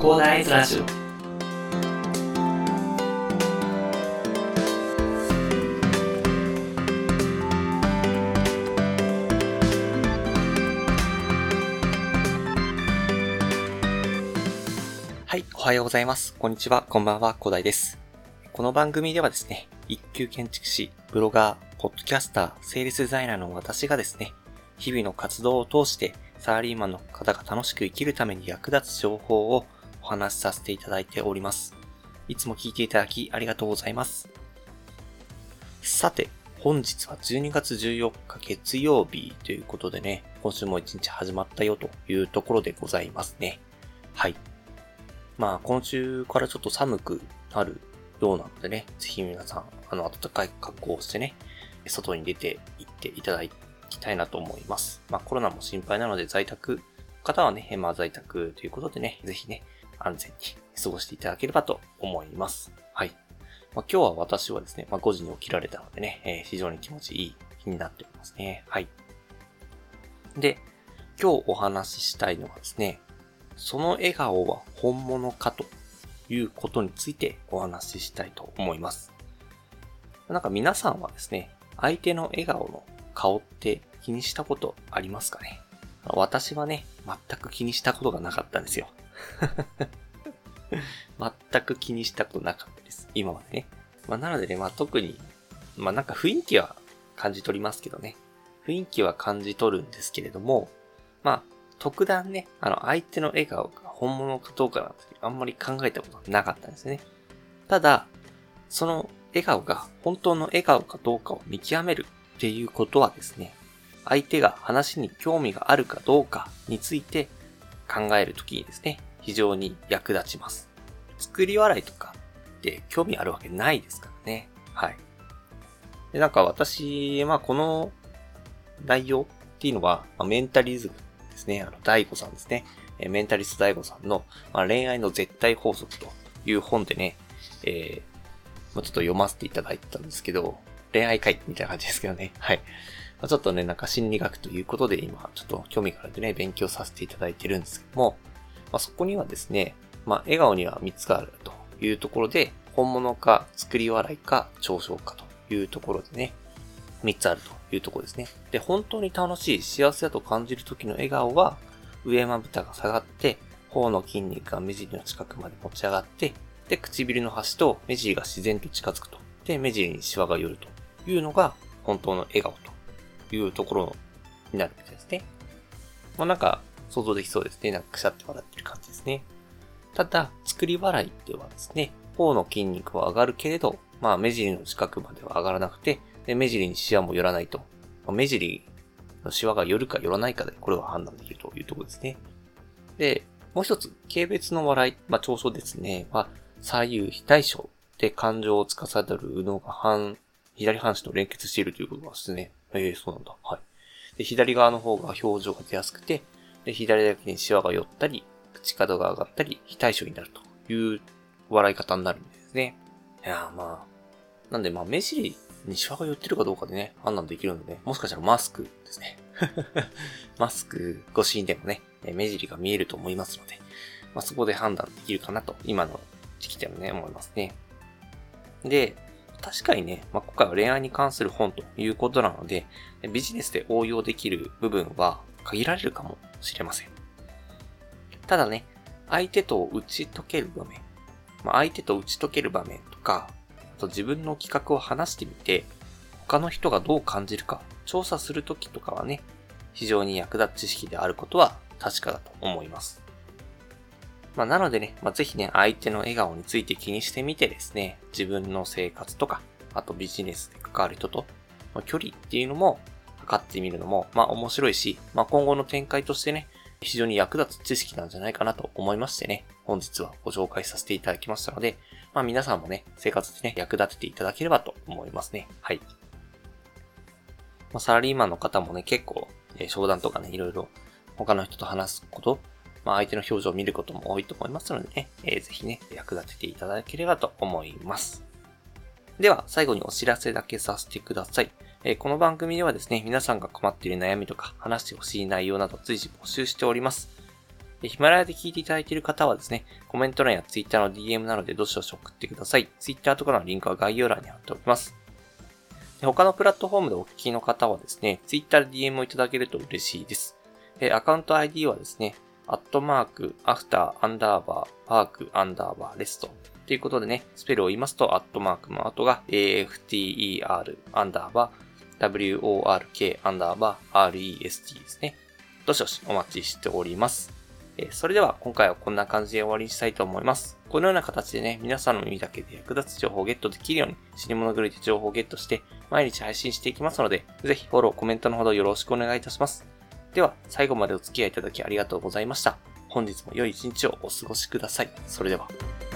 コーダーイズラジオ。はい、おはようございます。こんにちは、こんばんは、コーダイです。この番組ではですね、一級建築士、ブロガー、ポッドキャスター、セールスデザイナーの私がですね、日々の活動を通してサラリーマンの方が楽しく生きるために役立つ情報をお話しさせていただいております。いつも聞いていただきありがとうございます。さて、本日は12月14日月曜日ということでね、今週も一日始まったよというところでございますね。はい。今週からちょっと寒くなるようなのでね、ぜひ皆さん、暖かい格好をしてね、外に出て行っていただきたいなと思います。コロナも心配なので在宅方はね、在宅ということでね、ぜひね、安全に過ごしていただければと思います。はい。今日は私はですね、5時に起きられたのでね、非常に気持ちいい日になっておりますね。はい。で、今日お話ししたいのはですね、その笑顔は本物かということについてお話ししたいと思います。皆さんはですね、相手の笑顔の顔って気にしたことありますかね？私はね、全く気にしたことがなかったんですよ。全く気にしたことなかったです。今までね。なのでね、特に、雰囲気は感じ取りますけどね。雰囲気は感じ取るんですけれども、特段ね、相手の笑顔が本物かどうかなんてあんまり考えたことなかったんですね。ただ、その笑顔が本当の笑顔かどうかを見極めるっていうことはですね、相手が話に興味があるかどうかについて考えるときにですね、非常に役立ちます。作り笑いとかって興味あるわけないですからね。はい。で、私、この内容っていうのは、メンタリズムですね。大悟さんですね。メンタリスト大悟さんの、恋愛の絶対法則という本でね、ちょっと読ませていただいたんですけど、恋愛会みたいな感じですけどね。はい。ちょっとね、心理学ということで今、ちょっと興味があるんでね、勉強させていただいてるんですけども、そこにはですね、笑顔には3つがあるというところで、本物か作り笑いか嘲笑かというところでね、3つあるというところですね。で、本当に楽しい、幸せだと感じる時の笑顔は、上まぶたが下がって、頬の筋肉が目尻の近くまで持ち上がって、で、唇の端と目尻が自然と近づくと。で、目尻にシワが寄るというのが、本当の笑顔というところになるみたいですね。想像できそうですね。くしゃって笑ってる感じですね。ただ、作り笑いではですね、頬の筋肉は上がるけれど、目尻の近くまでは上がらなくて、で、目尻にシワも寄らないと。目尻のシワが寄るか寄らないかで、これは判断できるというところですね。で、もう一つ、軽蔑の笑い、嘲笑ですね。左右非対称で感情を司る右脳が左半身と連結しているということですね。そうなんだ。はい。で、左側の方が表情が出やすくて、で、左だけにシワが寄ったり、口角が上がったり、非対称になるという笑い方になるんですね。なんで目尻にシワが寄ってるかどうかでね、判断できるので、もしかしたらマスクですね。マスク越しにでもね、目尻が見えると思いますので、そこで判断できるかなと、今の時期でもね、思いますね。で、確かにね、今回は恋愛に関する本ということなので、ビジネスで応用できる部分は限られるかもしれません。ただね、相手と打ち解ける場面、とか、あと自分の企画を話してみて、他の人がどう感じるか調査するときとかはね、非常に役立つ知識であることは確かだと思います。なのでね、ぜひね、相手の笑顔について気にしてみてですね、自分の生活とか、あとビジネスで関わる人との距離っていうのも測ってみるのも、面白いし、今後の展開としてね、非常に役立つ知識なんじゃないかなと思いましてね、本日はご紹介させていただきましたので、皆さんもね、生活でね、役立てていただければと思いますね。はい。サラリーマンの方もね、結構、商談とかね、いろいろ他の人と話すこと、相手の表情を見ることも多いと思いますのでね、ぜひね、役立てていただければと思います。では、最後にお知らせだけさせてください。この番組ではですね、皆さんが困っている悩みとか話してほしい内容など随時募集しております。 で、ヒマラヤで聞いていただいている方はですね、コメント欄や Twitter の DM などでどしどし送ってください。Twitter とかのリンクは概要欄に貼っておきます。で、他のプラットフォームでお聞きの方はですね、Twitter で DM をいただけると嬉しいです。アカウント ID はですね、@after_park_rest ということでね、スペルを言いますと、アットマークの後が after_work_rest ですね。どしどしお待ちしております。それでは今回はこんな感じで終わりにしたいと思います。このような形でね、皆さんの耳だけで役立つ情報をゲットできるように、死に物狂いで情報をゲットして、毎日配信していきますので、ぜひフォロー、コメントのほどよろしくお願いいたします。では、最後までお付き合いいただきありがとうございました。本日も良い一日をお過ごしください。それでは。